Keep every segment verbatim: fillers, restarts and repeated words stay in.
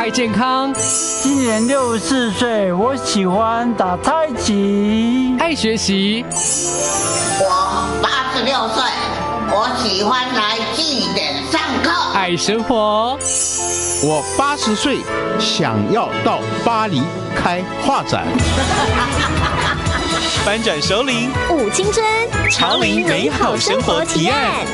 爱健康， 今年六十四岁，我喜欢打太极。 爱学习， 我八十六岁，我喜欢来祭典上课。 爱生活， 我八十岁，想要到巴黎开画展。 翻转熟龄舞青春， 潮龄美好生活提案。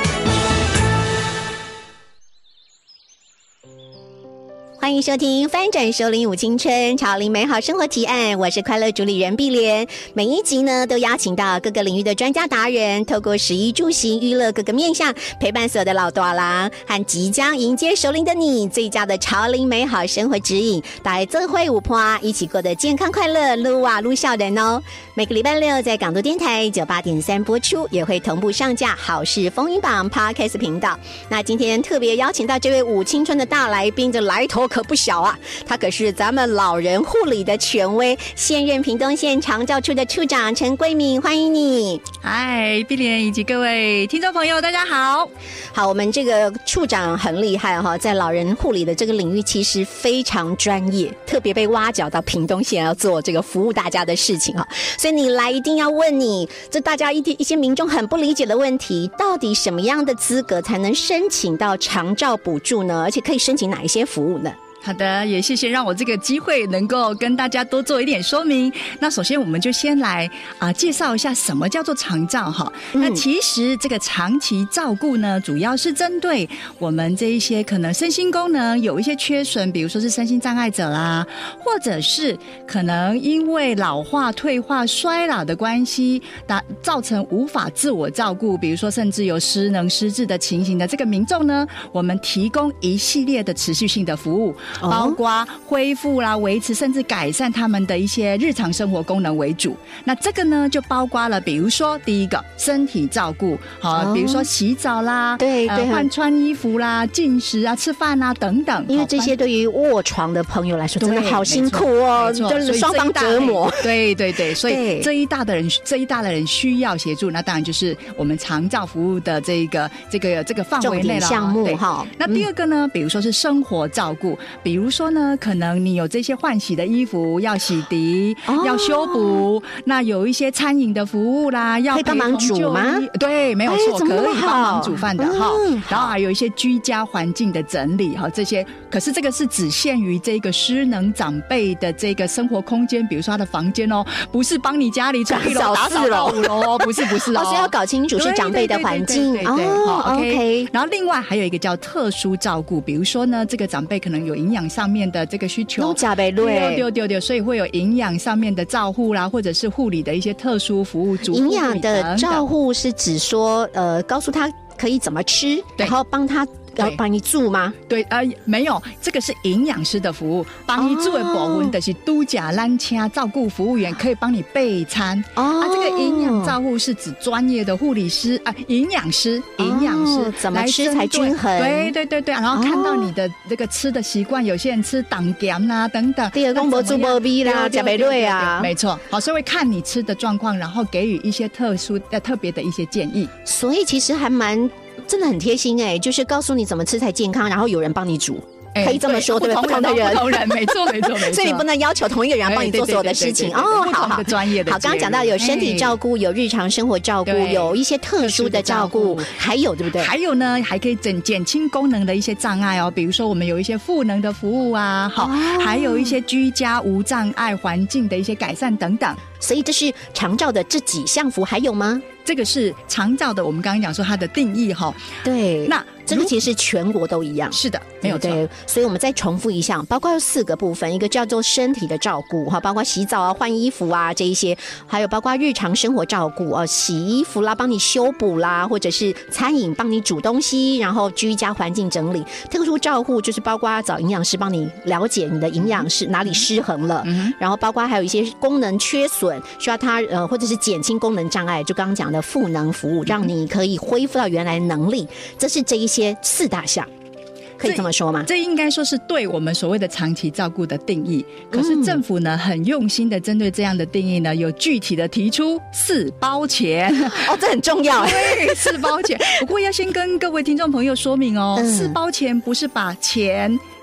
欢迎收听翻转熟龄舞青春潮龄美好生活提案，我是快乐主理人碧莲。每一集呢都邀请到各个领域的专家达人，透过食衣住行娱乐各个面向，陪伴所有的老大人和即将迎接熟龄的你，最佳的潮龄美好生活指引，大家做会舞趴，一起过得健康快乐，撸啊撸笑人哦。每个礼拜六在港都电台九八点三播出，也会同步上架好事风云榜 Podcast 频道。那今天特别邀请到这位舞青春的大来宾，这来头可不小啊，他可是咱们老人护理的权威，现任屏东县长照处的处长陈桂敏，欢迎你。 嗨，碧莲以及各位听众朋友，大家好。 好，我们这个处长很厉害哈，在老人护理的这个领域其实非常专业，特别被挖角到屏东县要做这个服务大家的事情哈。所以你来一定要问你，这大家一一些民众很不理解的问题，到底什么样的资格才能申请到长照补助呢？而且可以申请哪一些服务呢？ 好的，也谢谢让我这个机会能够跟大家多做一点说明。那首先我们就先来啊、呃、介绍一下什么叫做长照哈、嗯。那其实这个长期照顾呢，主要是针对我们这一些可能身心功能有一些缺损，比如说是身心障碍者啦，或者是可能因为老化、退化、衰老的关系，造成无法自我照顾，比如说甚至有失能失智的情形的这个民众呢，我们提供一系列的持续性的服务。包括恢复啦、维持甚至改善他们的一些日常生活功能为主。那这个呢，就包括了，比如说第一个身体照顾，好、哦，比如说洗澡啦， 对对， 换、呃、穿衣服啦、进食啊、吃饭啊等等。 因为这些对于卧床的朋友来说，真的好辛苦哦，就是双方折磨。 对对对，所以这一大的人，这一大的人需要协助，那当然就是我们长照服务的这个这个这个范围内了项目哈。 那第二个呢，嗯、比如说是生活照顾。比如说呢，可能你有这些换洗的衣服要洗涤、哦、要修补，那有一些餐饮的服务啦，要可以帮忙煮吗？ 对，没有错， 可以帮忙煮饭的哈、 嗯。 然后还有一些居家环境的整理哈，这些可是这个是只限于这个失能长辈的这个生活空间，比如说他的房间哦，不是帮你家里从一楼打扫到五楼，不是不是哦， 所以要搞清楚是长辈的环境。 对对对对对，好 OK。 然后另外还有一个叫特殊照顾，比如说呢，这个长辈可能有营养上面的这个需求， 对对对对，所以会有营养上面的照护啦，或者是护理的一些特殊服务。 营养的照护是指说，呃，告诉他可以怎么吃，然后帮他。要帮你煮吗？ 对，呃，没有，这个是营养师的服务。帮你煮的部分就是都假蓝掐照顾服务员可以帮你备餐。哦，啊，这个营养照护是指专业的护理师啊，营养师，营养师、哦、 怎么吃才均衡？ 对对对对，然后看到你的这个吃的习惯，有些人吃党咸啊等等， 第二个没煮没味啦，吃不对啊， 没错，好，所以会看你吃的状况，然后给予一些特殊呃特别的一些建议。 所以其实还蛮。真的很贴心哎、欸，就是告诉你怎么吃才健康，然后有人帮你煮，欸、可以这么说对不对？不同的人， 不同人，没错没错没错。 所以你不能要求同一个人帮你做所有的事情哦。好好， 专业的。 好，刚刚讲到有身体照顾，有日常生活照顾，有一些特殊的照顾，还有对不对？ 还有呢，还可以减减轻功能的一些障碍哦，比如说我们有一些赋能的服务啊，好、哦，还有一些居家无障碍环境的一些改善等等。 所以这是长照的这几项服务，还有吗？ 这个是长照的，我们刚刚讲说它的定义哈。 对， 那这个其实全国都一样。 是的，没有错。 对，所以我们再重复一下，包括有四个部分，一个叫做身体的照顾哈，包括洗澡啊、换衣服啊这一些，还有包括日常生活照顾啊，洗衣服啦、帮你修补啦，或者是餐饮帮你煮东西，然后居家环境整理。特殊照顾就是包括找营养师帮你了解你的营养是哪里失衡了，嗯、然后包括还有一些功能缺损，需要它呃或者是减轻功能障碍，就刚刚讲的赋能服务，让你可以恢复到原来的能力。这是这一些四大项。可以这么说吗？ 这应该说是对我们所谓的长期照顾的定义。可是政府呢，很用心的针对这样的定义呢，有具体的提出四包钱。 哦，这很重要。 对，四包钱。不过要先跟各位听众朋友说明哦，嗯、四包钱不是把钱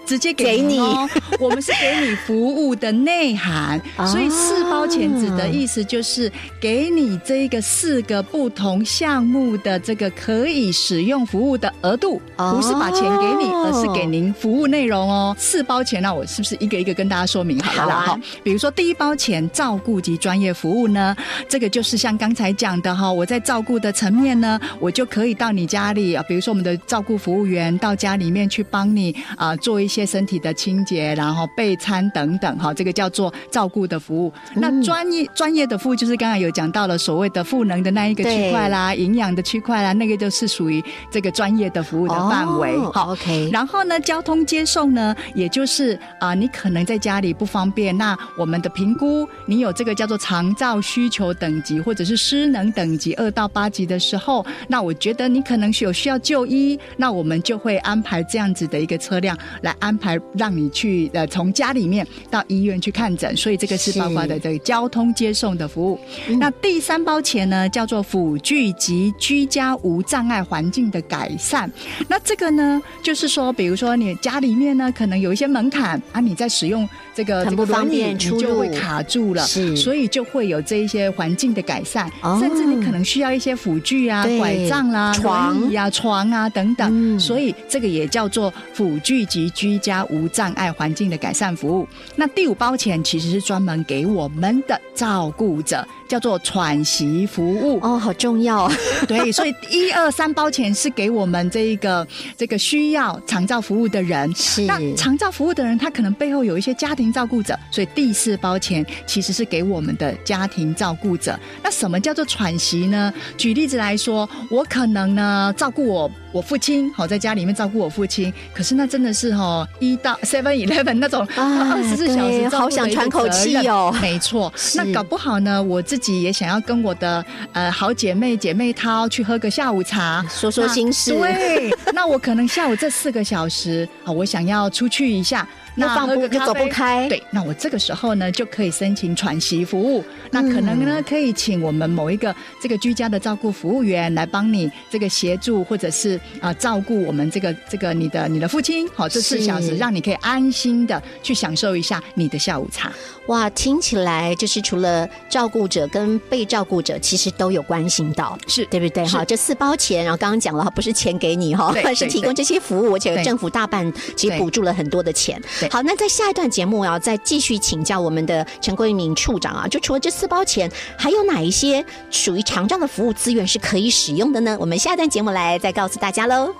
直接给你哦，我们是给你服务的内涵，所以四包钱指的意思就是给你这个四个不同项目的这个可以使用服务的额度，不是把钱给你，而是给您服务内容哦。四包钱，那我是不是一个一个跟大家说明好了啦？好、啊，比如说第一包钱照顾及专业服务呢，这个就是像刚才讲的哈，我在照顾的层面呢，我就可以到你家里啊，比如说我们的照顾服务员到家里面去帮你啊、呃、做一些身体的清洁，然后备餐等等哈，这个叫做照顾的服务。嗯、那专业专业的服务就是刚才有讲到了所谓的赋能的那一个区块啦，营养的区块啦，那个就是属于这个专业的服务的范围。好、 哦、，OK。 然后呢，交通接送呢，也就是啊、呃，你可能在家里不方便，那我们的评估，你有这个叫做长照需求等级或者是失能等级二到八级的时候，那我觉得你可能有需要就医，那我们就会安排这样子的一个车辆来安排，让你去呃从家里面到医院去看诊，所以这个是包括的这个交通接送的服务。嗯、那第三包钱呢，叫做辅具及居家无障碍环境的改善。那这个呢，就是说，比如说你家里面呢，可能有一些门槛啊，你在使用这个很不方便出入， 你就会卡住了，是，所以就会有这一些环境的改善，哦、甚至你可能需要一些辅具啊、拐杖啦、轮椅啊、床啊等等，嗯、所以这个也叫做辅具及居家无障碍环境的改善服务。那第五包钱其实是专门给我们的照顾者，叫做喘息服务哦，好重要。 对，所以一二三包钱是给我们这一个这个需要长照服务的人，是那长照服务的人，他可能背后有一些家庭照顾者，所以第四包钱其实是给我们的家庭照顾者。那什么叫做喘息呢？举例子来说，我可能呢照顾我我父亲，好在家里面照顾我父亲，可是那真的是哈一到 seven eleven 那种二十四小时照顾的一个责任， 好想喘口气哦。 没错，那搞不好呢，我自己也想要跟我的呃好姐妹姐妹淘去喝个下午茶， 说说心事。 对，那我可能下午这四个小时啊，我想要出去一下。 那放不就走不开， 对，那我这个时候呢就可以申请喘息服务，那可能呢、嗯、可以请我们某一个这个居家的照顾服务员来帮你这个协助，或者是啊、呃、照顾我们这个这个你的你的父亲，好，这四小时让你可以安心的去享受一下你的下午茶。 哇，听起来就是除了照顾者跟被照顾者，其实都有关心到， 是对不对？哈，这四包钱，然后刚刚讲了，不是钱给你哈，是提供这些服务，而且政府大半其实补助了很多的钱。好，那在下一段节目啊，再继续请教我们的陈桂明处长啊，就除了这四包钱，还有哪一些属于长照的服务资源是可以使用的呢？我们下一段节目来再告诉大家喽。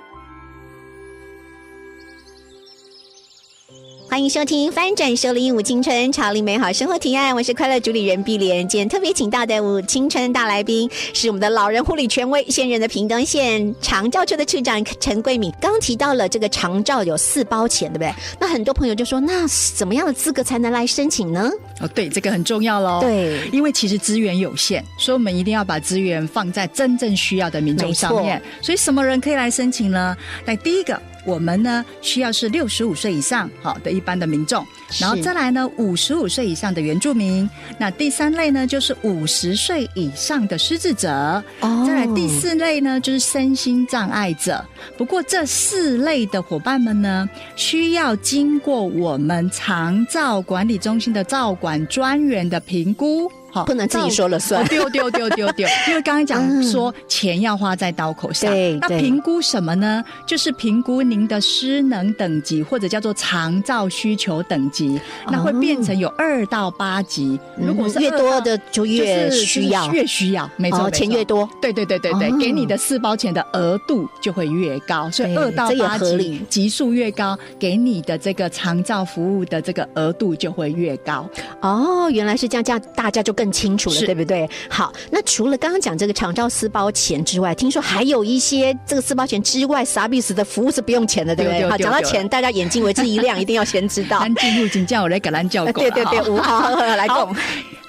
欢迎收听翻转收听五青春潮领美好生活提案，我是快乐主理人碧莲。今天特别请到的五青春大来宾是我们的老人护理权威，现任的屏东县长照处的处长陈桂敏。刚刚提到了这个长照有四包钱，对不对？那很多朋友就说，那怎么样的资格才能来申请呢？ 哦，对，这个很重要咯。对，因为其实资源有限，所以我们一定要把资源放在真正需要的民众上面。所以什么人可以来申请呢？来，第一个，我们呢需要是六十五岁以上好的一般的民众，然后再来呢五十五岁以上的原住民，那第三类呢就是五十岁以上的失智者，哦、再来第四类呢就是身心障碍者。不过这四类的伙伴们呢，需要经过我们长照管理中心的照管专员的评估。 不能自己说了算， 丢丢丢丢丢，因为刚才讲说钱要花在刀口上，嗯、那评估什么呢？就是评估您的失能等级，或者叫做长照需求等级，哦、那会变成有二到八级。嗯、如果是越多的就越需要， 就是、越需要，没错、哦， 钱越多， 对对对对对，哦、给你的四包钱的额度就会越高，所以二到八级级数越高，给你的这个长照服务的这个额度就会越高。 哦，原来是这样，这样大家就更清楚了，对不对？好，那除了刚刚讲这个长照四包钱之外，听说还有一些这个四包钱之外 service 的服务是不用钱的，对不对？对对对对，好，讲到钱，大家眼睛为之一亮，一定要先知道。 咱进入请教我来给咱教过， 对对对，五号来讲。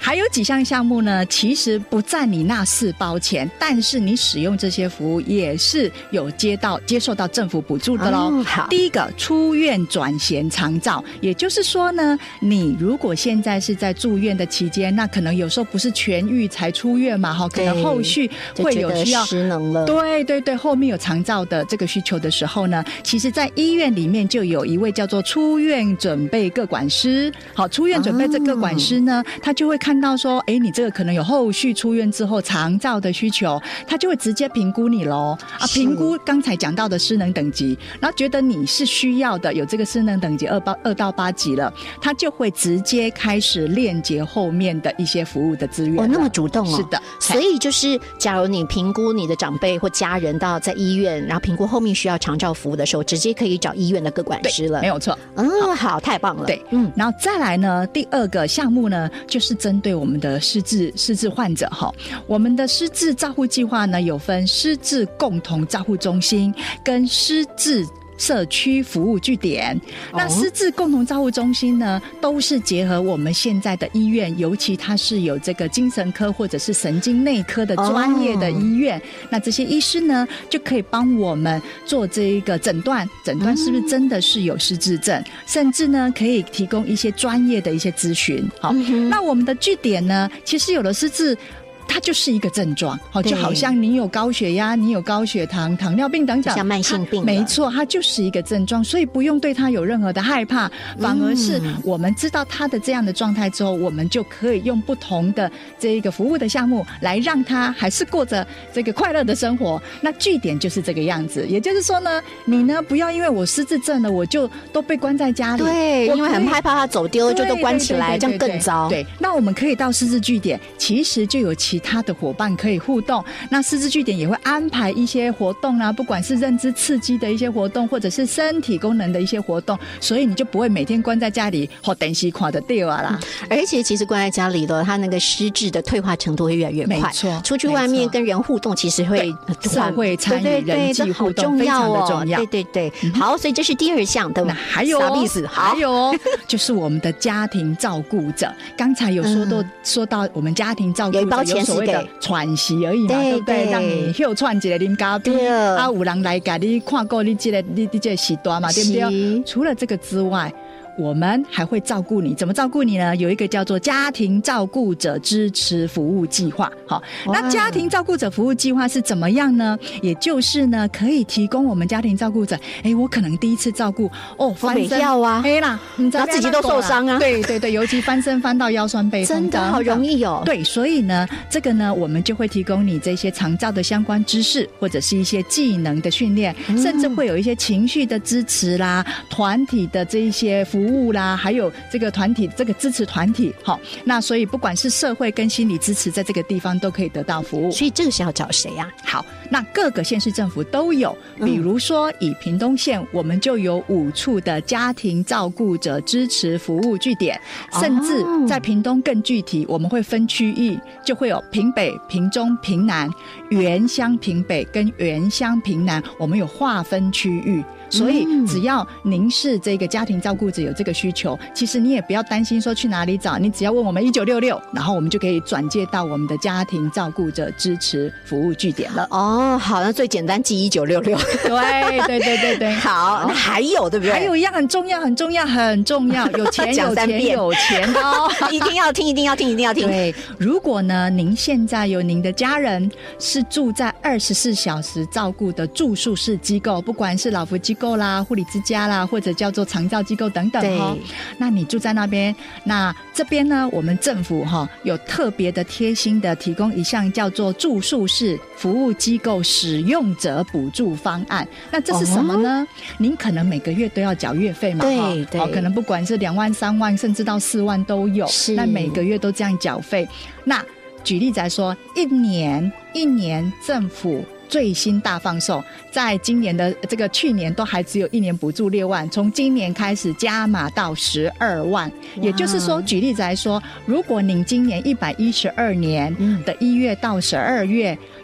还有几项项目呢，其实不占你那四包钱，但是你使用这些服务也是有接到接受到政府补助的咯、 哦、好， 第一个出院转衔长照，也就是说呢，你如果现在是在住院的期间，那可能有时候不是痊愈才出院嘛，可能后续会有需要失能了， 对对对，后面有长照的这个需求的时候呢，其实在医院里面就有一位叫做出院准备个管师。好，出院准备这个管师呢、哦、他就会看到说，哎，你这个可能有后续出院之后长照的需求，他就会直接评估你咯啊，评估刚才讲到的失能等级，然后觉得你是需要的，有这个失能等级二八二到八级了，他就会直接开始链接后面的一些服务的资源。 哦，那么主动哦。 是的， 所以就是假如你评估你的长辈或家人到在医院，然后评估后面需要长照服务的时候，直接可以找医院的个管师了。 没有错。 嗯，好，太棒了。 对，嗯，然后再来呢，第二个项目呢，就是针对我们的失智失智患者哈，我们的失智照护计划呢，有分失智共同照护中心跟失智社区服务据点。那失智共同照护中心呢，都是结合我们现在的医院，尤其它是有这个精神科或者是神经内科的专业的医院、哦、那这些医师呢就可以帮我们做这一个诊断，诊断是不是真的是有失智症、嗯、甚至呢可以提供一些专业的一些咨询。好、嗯，那我们的据点呢，其实有了失智它就是一个症状，就好像你有高血压，你有高血糖、糖尿病等等， 像慢性病， 没错，它就是一个症状，所以不用对它有任何的害怕，反而是我们知道它的这样的状态之后，我们就可以用不同的这个服务的项目来让它还是过着这个快乐的生活。那据点就是这个样子，也就是说呢，你呢不要因为我失智症了，我就都被关在家里， 对，因为很害怕它走丢就都关起来，这样更糟。 对，那我们可以到失智据点，其实就有其他的伙伴可以互动，那失智据点也会安排一些活动啊，不管是认知刺激的一些活动，或者是身体功能的一些活动，所以你就不会每天关在家里或电视看得掉啊啦、 嗯、而且其实关在家里的他那个失智的退化程度会越来越快， 没错， 出去外面跟人互动其实会社会参与人际互动非常的重要， 对对对、嗯、好，所以这是第二项的。 那还有、 哦、 还有哦就是我们的家庭照顾者，刚才有说到、嗯、说到我们家庭照顾者有一包钱是给喘息而已嘛， 对, 对不对？让你休喘一下啉咖啡啊，有人来给你看过你这个你你这个时段嘛，对不对？除了这个之外，我们还会照顾你，怎么照顾你呢？有一个叫做家庭照顾者支持服务计划。好，那家庭照顾者服务计划是怎么样呢？也就是呢，可以提供我们家庭照顾者，哎，我可能第一次照顾哦，翻身要啊， 黑啦， 然后自己都受伤啊， 对对对，尤其翻身翻到腰酸背痛， 真的好容易哦。 对，所以呢，这个呢，我们就会提供你这些长照的相关知识，或者是一些技能的训练，嗯、甚至会有一些情绪的支持啦，团体的这一些服务。服务啦，还有这个团体，这个支持团体，好，那所以不管是社会跟心理支持，在这个地方都可以得到服务。 所以这个是要找谁啊？ 好，那各个县市政府都有，比如说以屏东县，我们就有五处的家庭照顾者支持服务据点，甚至在屏东更具体，我们会分区域，就会有屏北、屏中、屏南、原乡屏北跟原乡屏南，我们有划分区域。所以只要您是这个家庭照顾者有这个需求，其实你也不要担心说去哪里找，你只要问我们一九六六，然后我们就可以转介到我们的家庭照顾者支持服务据点了。 哦，好，那最简单记一九六六。 对对对对对， 好，那还有对不对？ 还有一样很重要很重要很重要，有钱有钱有钱哦， 一定要听一定要听一定要听。 对，如果呢您现在有您的家人是住在二十四小时照顾的住宿式机构，不管是老福机构啦、护理之家啦，或者叫做长照机构等等哈，那你住在那边，那这边呢，我们政府哈有特别的贴心的提供一项叫做住宿式服务机构使用者补助方案。那这是什么呢？哦、您可能每个月都要缴月费嘛， 对对、 哦，可能不管是两万、三万，甚至到四万都有，那每个月都这样缴费。那举例来说，一年一年政府最新大放售，在今年的这个去年都还只有一年补助六万，从今年开始加码到十二万。也就是说，举例来说，如果您今年一百一十二年的一月到十二月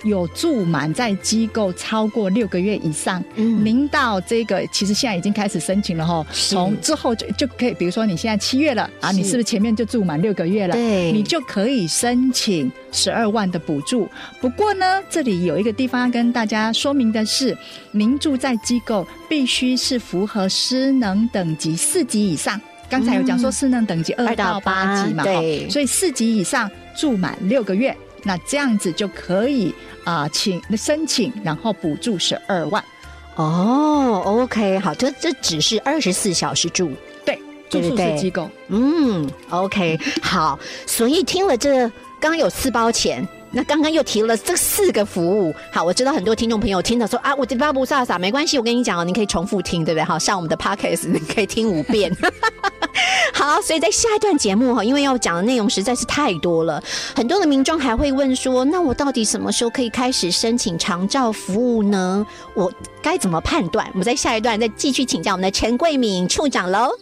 有住满在机构超过六个月以上，嗯，您到这个其实现在已经开始申请了哈，从之后就就可以，比如说你现在七月了啊，你是不是前面就住满六个月了？对，你就可以申请十二万的补助。不过呢，这里有一个地方要跟大家说明的是，您住在机构必须是符合失能等级四级以上。刚才有讲说失能等级二到八级嘛，对，所以四级以上住满六个月，那这样子就可以啊、呃，请申请，然后补助十二万。 哦 ，OK， 好，这这只是二十四小时住， 对，住宿式机构。 嗯 ，OK， 好，所以听了这刚刚有四包钱。那刚刚又提了这四个服务，好，我知道很多听众朋友听到说啊，我这巴不萨萨没关系，我跟你讲哦，你可以重复听，对不对？好，上我们的 podcast 你可以听五遍。好，所以在下一段节目哈，因为要讲的内容实在是太多了，很多的民众还会问说，那我到底什么时候可以开始申请长照服务呢？我该怎么判断？我们在下一段再继续请教我们的陈桂敏处长喽。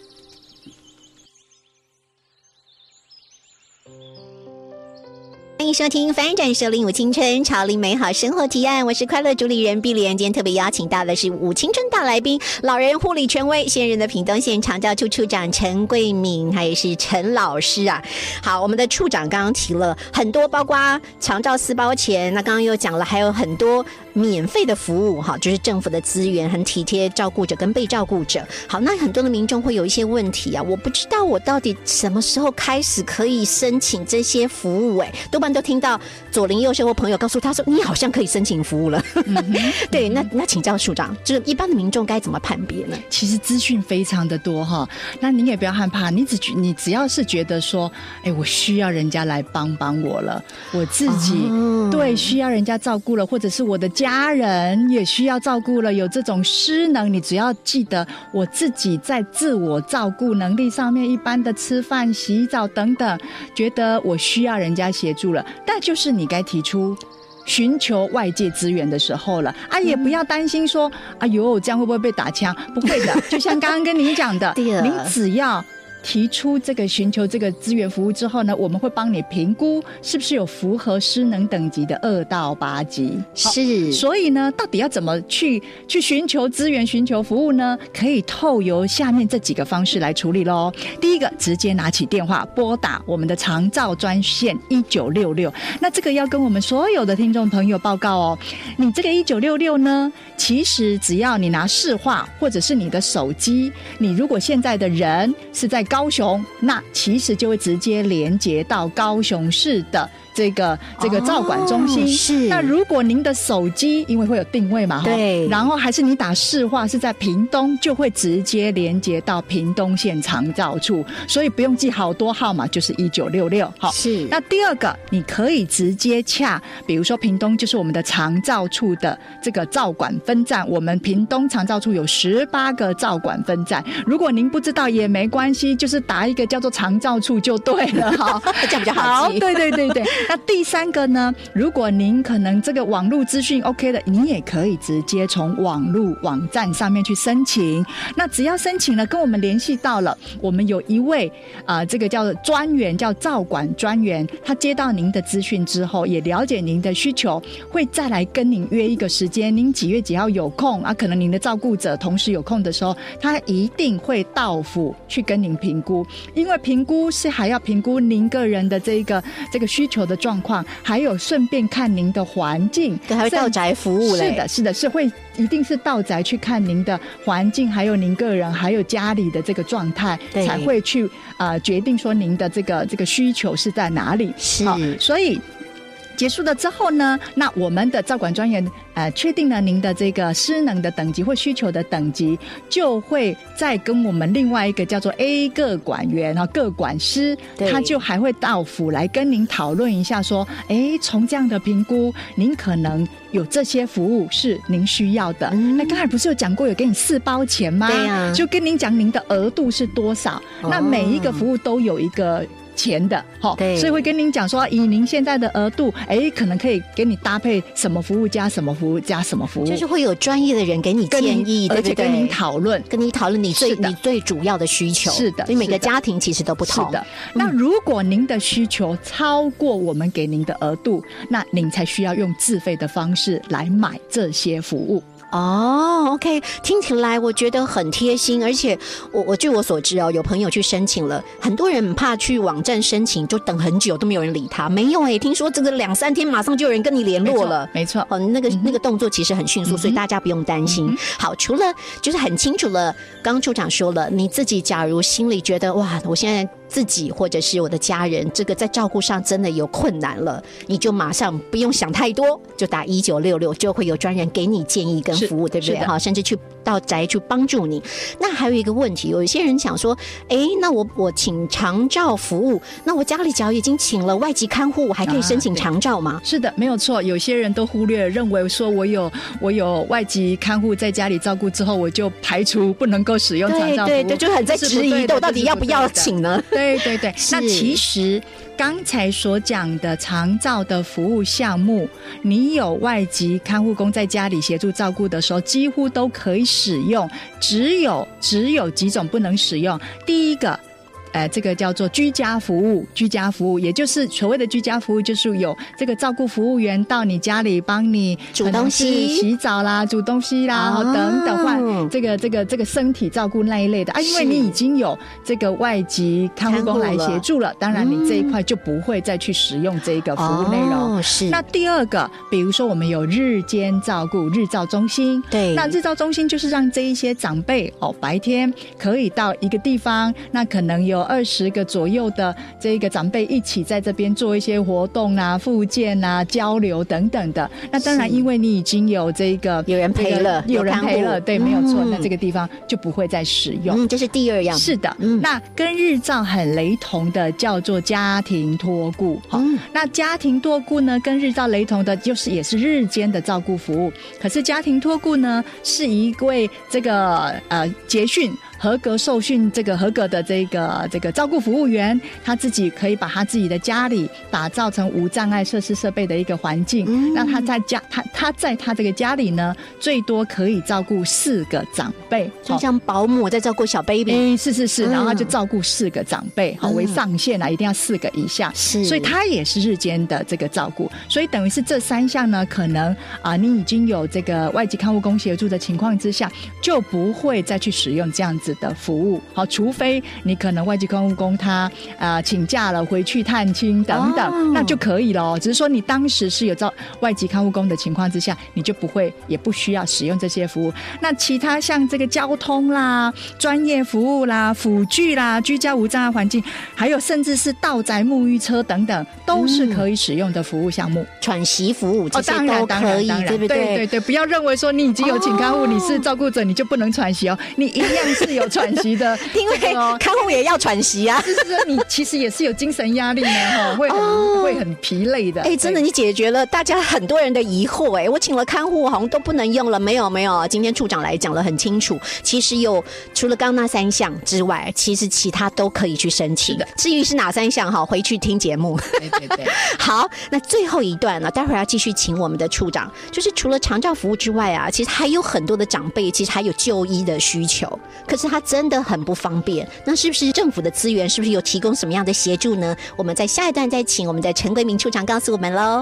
欢迎收听翻转首领舞青春潮龄美好生活提案，我是快乐主理人碧莲。今天特别邀请到的是舞青春大来宾，老人护理权威，现任的屏东县长照处处长陈桂敏，他也是陈老师啊。好，我们的处长刚刚提了很多，包括长照四包钱，那刚刚又讲了还有很多免费的服务哈，就是政府的资源很体贴照顾者跟被照顾者。好，那很多的民众会有一些问题啊，我不知道我到底什么时候开始可以申请这些服务，哎，多半都听到左邻右舍或朋友告诉他说你好像可以申请服务了。嗯、对，那那请教处长，就是一般的民众该怎么判别呢？ 其实资讯非常的多哈，那你也不要害怕，你只你只要是觉得说，哎，我需要人家来帮帮我了，我自己、哦、对需要人家照顾了，或者是我的家人也需要照顾了，有这种失能，你只要记得我自己在自我照顾能力上面，一般的吃饭、洗澡等等，觉得我需要人家协助了，但就是你该提出寻求外界资源的时候了啊，也不要担心说，哎呦，这样会不会被打枪？不会的，就像刚刚跟您讲的，您只要提出这个寻求这个资源服务之后呢，我们会帮你评估是不是有符合失能等级的二到八级。 是， 所以呢，到底要怎么去去寻求资源、寻求服务呢？可以透由下面这几个方式来处理咯。第一个，直接拿起电话拨打我们的长照专线一九六六。那这个要跟我们所有的听众朋友报告哦，你这个一九六六呢，其实只要你拿市话或者是你的手机，你如果现在的人是在高雄，那其实就会直接连接到高雄市的这个这个照管中心、哦、是。那如果您的手机因为会有定位嘛，对，然后还是你打市话是在屏东，就会直接连接到屏东县长照处，所以不用记好多号码，就是一九六六。好，是。那第二个，你可以直接洽，比如说屏东就是我们的长照处的这个照管分站，我们屏东长照处有十八个照管分站，如果您不知道也没关系，就是打一个叫做长照处就对了。好， 这样比较好记。 对对对对。那第三个呢，如果您可能这个网络资讯 OK 的，你也可以直接从网络网站上面去申请。那只要申请了，跟我们联系到了，我们有一位啊、呃，这个叫专员，叫照管专员，他接到您的资讯之后，也了解您的需求，会再来跟您约一个时间，您几月几号有空啊？可能您的照顾者同时有空的时候，他一定会到府去跟您评估，因为评估是还要评估您个人的这个这个需求的状况，还有顺便看您的环境， 对，还会到宅服务嘞。 是的，是的，是会一定是到宅去看您的环境，还有您个人，还有家里的这个状态，才会去呃决定说您的这个这个需求是在哪里。是，所以。结束了之后呢，那我们的照管专员呃确定了您的这个失能的等级或需求的等级，就会再跟我们另外一个叫做 A 个管员啊个管师，他就还会到府来跟您讨论一下说，哎，从这样的评估，您可能有这些服务是您需要的。嗯、那刚才不是有讲过有给你四包钱吗？对啊，就跟您讲您的额度是多少，哦、那每一个服务都有一个钱的，好， 对， 所以会跟您讲说，以您现在的额度，哎，可能可以给你搭配什么服务加什么服务加什么服务， 就是会有专业的人给你建议，对不对？ 而且跟您讨论， 跟你讨论你最你最主要的需求， 是的， 所以每个家庭其实都不同。 是的，那如果您的需求超过我们给您的额度，那您才需要用自费的方式来买这些服务。 哦 ，OK， 听起来我觉得很贴心，而且我我据我所知哦，有朋友去申请了，很多人怕去网站申请，就等很久都没有人理他。没有哎、欸，听说这个两三天马上就有人跟你联络了， 没错， 哦，那个、嗯、那个动作其实很迅速，嗯、所以大家不用担心。嗯、好，除了就是很清楚了，刚刚处长说了，你自己假如心里觉得哇，我现在自己或者是我的家人，这个在照顾上真的有困难了，你就马上不用想太多，就打一九六六，就会有专人给你建议跟服务，对不对？哈，甚至去到宅去帮助你。那还有一个问题，有一些人想说，哎，那我我请长照服务，那我家里假如已经请了外籍看护，我还可以申请长照吗？ 啊、是的，没有错。有些人都忽略了，认为说我有我有外籍看护在家里照顾之后，我就排除不能够使用长照服务，对对对，就很在质疑，我到底要不要请呢？ 对对对，那其实刚才所讲的长照的服务项目，你有外籍看护工在家里协助照顾的时候，几乎都可以使用，只有只有几种不能使用。第一个呃，这个叫做居家服务，居家服务也就是所谓的居家服务，就是有这个照顾服务员到你家里帮你煮东西、 洗澡啦、煮东西啦，啊、等等换这个这个这个身体照顾那一类的啊，因为你已经有这个外籍看护工来协助了，当然你这一块就不会再去使用这个服务内容。 哦、是。 那第二个，比如说我们有日间照顾日照中心， 对， 那日照中心就是让这一些长辈哦，白天可以到一个地方，那可能有二十个左右的这个长辈一起在这边做一些活动啊、复健啊、交流等等的。那当然，因为你已经有这个有人陪了， 有人陪了，对，没有错。嗯、那这个地方就不会再使用。 嗯，这是第二样。 是的，嗯、那跟日照很雷同的叫做家庭托顾。嗯，那家庭托顾呢，跟日照雷同的就是也是日间的照顾服务。可是家庭托顾呢，是一位这个呃结训。合格受训这个合格的这个这个照顾服务员，他自己可以把他自己的家里打造成无障碍设施设备的一个环境，嗯、让他在家他他在他这个家里呢，最多可以照顾四个长辈， 就像保姆在照顾小 baby， 哎，是是是，嗯、然后他就照顾四个长辈，好、嗯、为上限啊，一定要四个以下， 是， 所以他也是日间的这个照顾，所以等于是这三项呢，可能啊、呃，你已经有这个外籍看护工协助的情况之下，就不会再去使用这样子的服务，好，除非你可能外籍看护工他呃请假了回去探亲等等，哦、那就可以了。只是说你当时是有照外籍看护工的情况之下，你就不会也不需要使用这些服务。那其他像这个交通啦、专业服务啦、辅具啦、居家无障碍环境，还有甚至是到宅沐浴车等等，都是可以使用的服务项目。嗯、 喘息服务这些都可以，哦、对不对？ 对对对，不要认为说你已经有请看护，哦、你是照顾者，你就不能喘息哦，你一样是有喘息的， 因为看护也要喘息啊。 就是说你其实也是有精神压力呢，会很、哦、会很疲累的。 哎，真的，你解决了大家很多人的疑惑。哎，我请了看护，好像都不能用了。没有没有，今天处长来讲了很清楚。其实有除了刚那三项之外，其实其他都可以去申请的。至于是哪三项哈，回去听节目。 对对对。 好，那最后一段呢，待会儿要继续请我们的处长，就是除了长照服务之外啊，其实还有很多的长辈，其实还有就医的需求，可是他真的很不方便。那是不是政府的资源是不是有提供什么样的协助呢？我们在下一段再请我们的陈桂明处长告诉我们喽。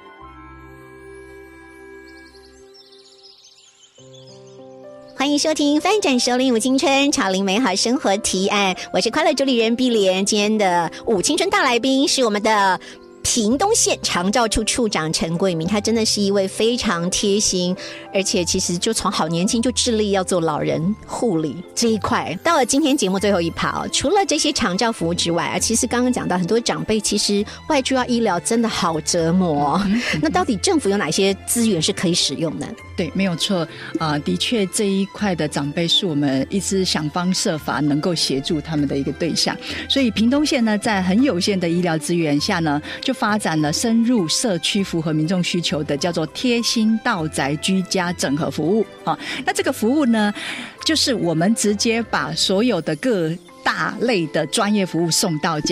欢迎收听翻转首领舞青春潮龄美好生活提案，我是快乐主理人碧莲。今天的舞青春大来宾是我们的屏东县长照处处长陈桂明，他真的是一位非常贴心，而且其实就从好年轻就致力要做老人护理这一块。到了今天节目最后一趴哦，除了这些长照服务之外啊，其实刚刚讲到很多长辈其实外出要医疗真的好折磨、哦嗯嗯、那到底政府有哪些资源是可以使用的？ 对，没有错啊、呃，的确这一块的长辈是我们一直想方设法能够协助他们的一个对象。所以屏东县呢，在很有限的医疗资源下呢，就发展了深入社区符合民众需求的叫做贴心到宅居家整合服务。好，那这个服务呢，就是我们直接把所有的各大类的专业服务送到家。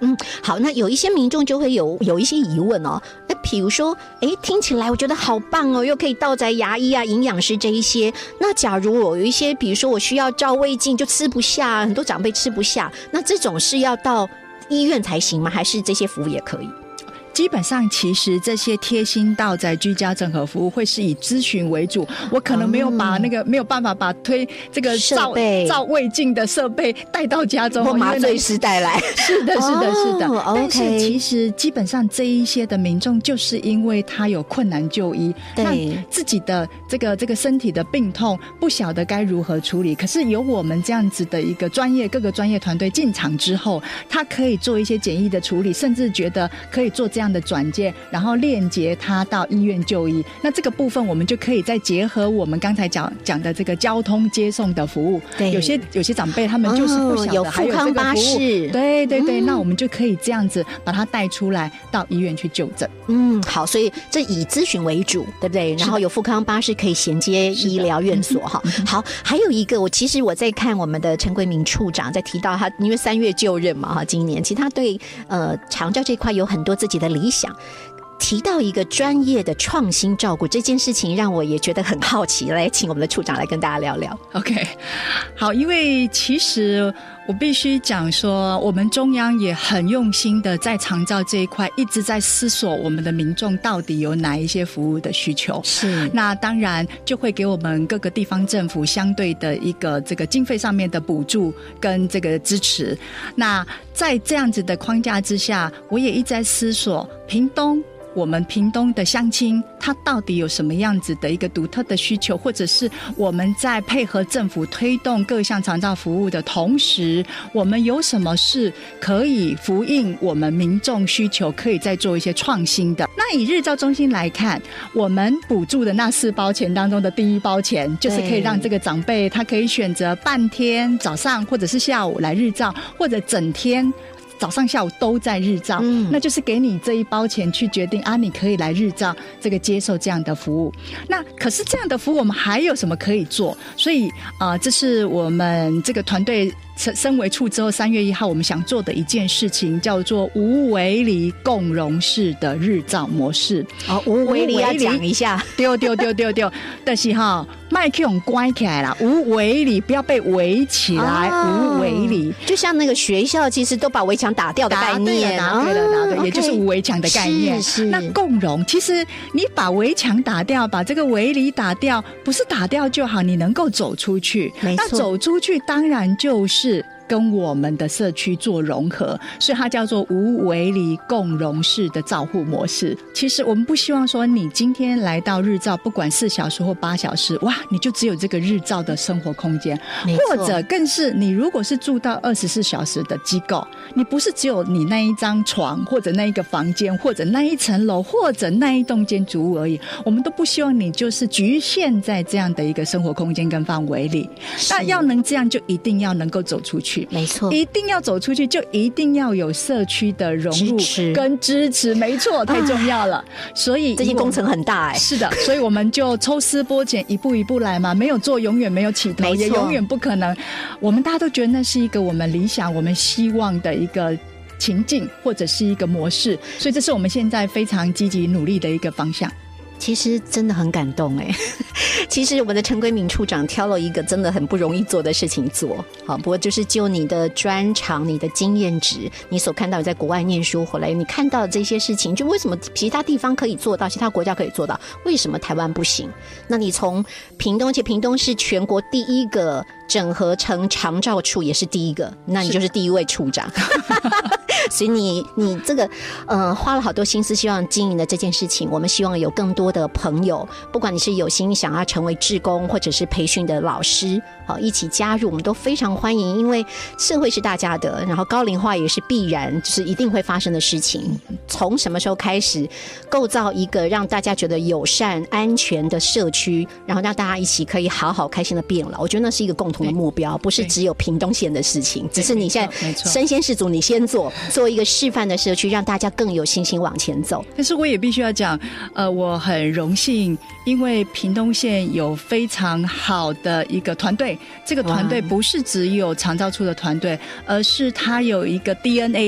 嗯，好，那有一些民众就会有有一些疑问哦，那比如说，哎，听起来我觉得好棒哦，又可以到宅牙医啊、营养师这一些。那假如我有一些，比如说我需要照胃镜就吃不下，很多长辈吃不下，那这种是要到医院才行吗？还是这些服务也可以？ 基本上，其实这些贴心到宅居家整合服务会是以咨询为主。我可能没有把那个、嗯、没有办法把推这个照照胃镜的设备带到家中， 或麻醉师带来。 是的，是的，是的。 哦、 但是其实基本上这一些的民众，就是因为他有困难就医，那自己的这个这个身体的病痛不晓得该如何处理。可是有我们这样子的一个专业各个专业团队进场之后，他可以做一些简易的处理，甚至觉得可以做这样。这样的转介，然后链接他到医院就医。那这个部分我们就可以再结合我们刚才讲讲的这个交通接送的服务。对，有些有些长辈他们就是不晓得、哦、 有富康巴士， 对对对、嗯，那我们就可以这样子把他带出来到医院去就诊。 嗯，好，所以这以咨询为主，对不对？然后有富康巴士可以衔接医疗院所哈、嗯。好，还有一个，我其实我在看我们的陈桂明处长在提到他，因为三月就任嘛哈，今年其实他对呃长照这一块有很多自己的理想。提到一个专业的创新照顾这件事情，让我也觉得很好奇，来请我们的处长来跟大家聊聊。 OK， 好，因为其实我必须讲说，我们中央也很用心的在长照这一块一直在思索我们的民众到底有哪一些服务的需求，是那当然就会给我们各个地方政府相对的一个这个经费上面的补助跟这个支持。那在这样子的框架之下，我也一直在思索屏东我们屏东的乡亲他到底有什么样子的一个独特的需求，或者是我们在配合政府推动各项长照服务的同时，我们有什么是可以符应我们民众需求，可以再做一些创新的。那以日照中心来看，我们补助的那四包钱当中的第一包钱，就是可以让这个长辈他可以选择半天早上或者是下午来日照，或者整天早上下午都在日照、嗯、那就是给你这一包钱去决定啊，你可以来日照这个接受这样的服务。那可是这样的服务我们还有什么可以做？所以呃，这是我们这个团队身为处之后三月一号我们想做的一件事情，叫做无围篱共融式的日照模式。 哦，无围篱要讲一下， 丢丢丢丢丢，但是哈，麦克用关起来啦，无围篱，不要被围起来，哦、无围篱， 就像那个学校其实都把围墙打掉的概念， 答对了，答对了，也就是无围墙的概念。是是。那共融，其实你把围墙打掉，把这个围篱打掉，不是打掉就好，你能够走出去。没错。那走出去当然就是跟我们的社区做融合，所以它叫做无围篱共融式的照护模式。其实我们不希望说你今天来到日照，不管四小时或八小时，哇，你就只有这个日照的生活空间，或者更是你如果是住到二十四小时的机构，你不是只有你那一张床，或者那一个房间，或者那一层楼，或者那一栋建筑物而已。我们都不希望你就是局限在这样的一个生活空间跟范围里。那要能这样，就一定要能够走出去。 没错， 一定要走出去，就一定要有社区的融入跟支持，没错，太重要了。所以这件工程很大哎、欸， 是的，所以我们就抽丝剥茧，一步一步来嘛，没有做永远没有起头，也永远不可能。我们大家都觉得那是一个我们理想、我们希望的一个情境或者是一个模式，所以这是我们现在非常积极努力的一个方向。 其实真的很感动哎，其实我们的陈桂明处长挑了一个真的很不容易做的事情做，好，不过就是就你的专长、你的经验值，你所看到你在国外念书回来，你看到的这些事情，就为什么其他地方可以做到，其他国家可以做到，为什么台湾不行？那你从屏东，而且屏东是全国第一个整合成长照处，也是第一个，那你就是第一位处长。所以你你这个呃花了好多心思，希望经营的这件事情，我们希望有更多的朋友，不管你是有心想要成为志工，或者是培训的老师，好一起加入，我们都非常欢迎。因为社会是大家的，然后高龄化也是必然，就是一定会发生的事情。从什么时候开始构造一个让大家觉得友善、安全的社区，然后让大家一起可以好好开心的变老？我觉得那是一个共同的目标，不是只有屏东县的事情，只是你现在身先士卒，你先做。做一个示范的社区，让大家更有信心往前走。 但是我也必须要讲，呃，我很荣幸，因为屏东县有非常好的一个团队，这个团队不是只有长照处的团队，而是它有一个 D N A。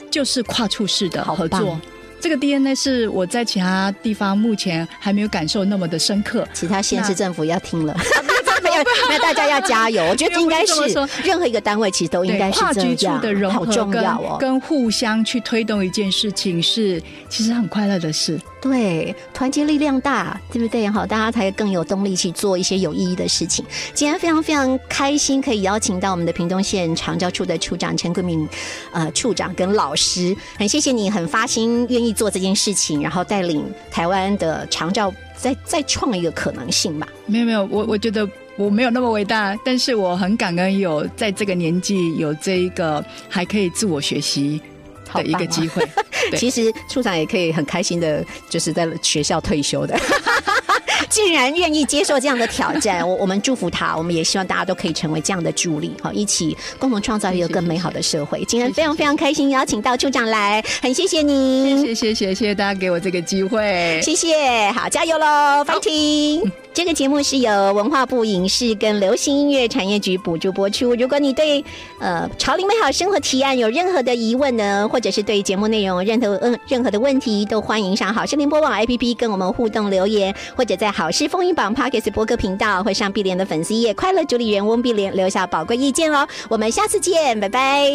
就是跨处室的合好作。这个 D N A 是我在其他地方目前还没有感受那么的深刻， 其他县市政府要听了。没有，那大家要加油。我觉得应该是任何一个单位其实都应该是跨局这样， 处的融合好重要哦， 跟互相去推动一件事情是其实很快乐的事。 对，团结力量大，对不对？好，大家才更有动力去做一些有意义的事情。今天非常非常开心，可以邀请到我们的屏东县长照处的处长陈桂敏呃处长跟老师，很谢谢你很发心愿意做这件事情，然后带领台湾的长照再再创一个可能性吧。 没有没有，我我觉得我没有那么伟大，但是我很感恩有在这个年纪有这一个还可以自我学习的一个机会。 其实处长也可以很开心的，就是在学校退休的。竟然愿意接受这样的挑战，我我们祝福他，我们也希望大家都可以成为这样的助力，好，一起共同创造一个更美好的社会。今天非常非常开心邀请到处长来，很谢谢您， 谢谢谢谢谢谢大家给我这个机会， 谢谢，好，加油喽 ，fighting！这个节目是由文化部影视跟流行音乐产业局补助播出。如果你对呃潮龄美好生活提案有任何的疑问呢，或者是对节目内容有任何嗯任何的问题，都欢迎上好事联播网 A P P 跟我们互动留言，或者在好事风云榜 Podcast 播客频道，或上碧莲的粉丝页快乐主理人翁碧莲留下宝贵意见咯。我们下次见，拜拜。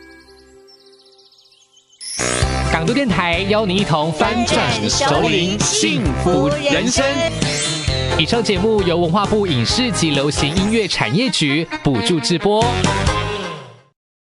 港都电台邀你一同翻转熟龄幸福人生。以上节目由文化部影视及流行音乐产业局补助直播。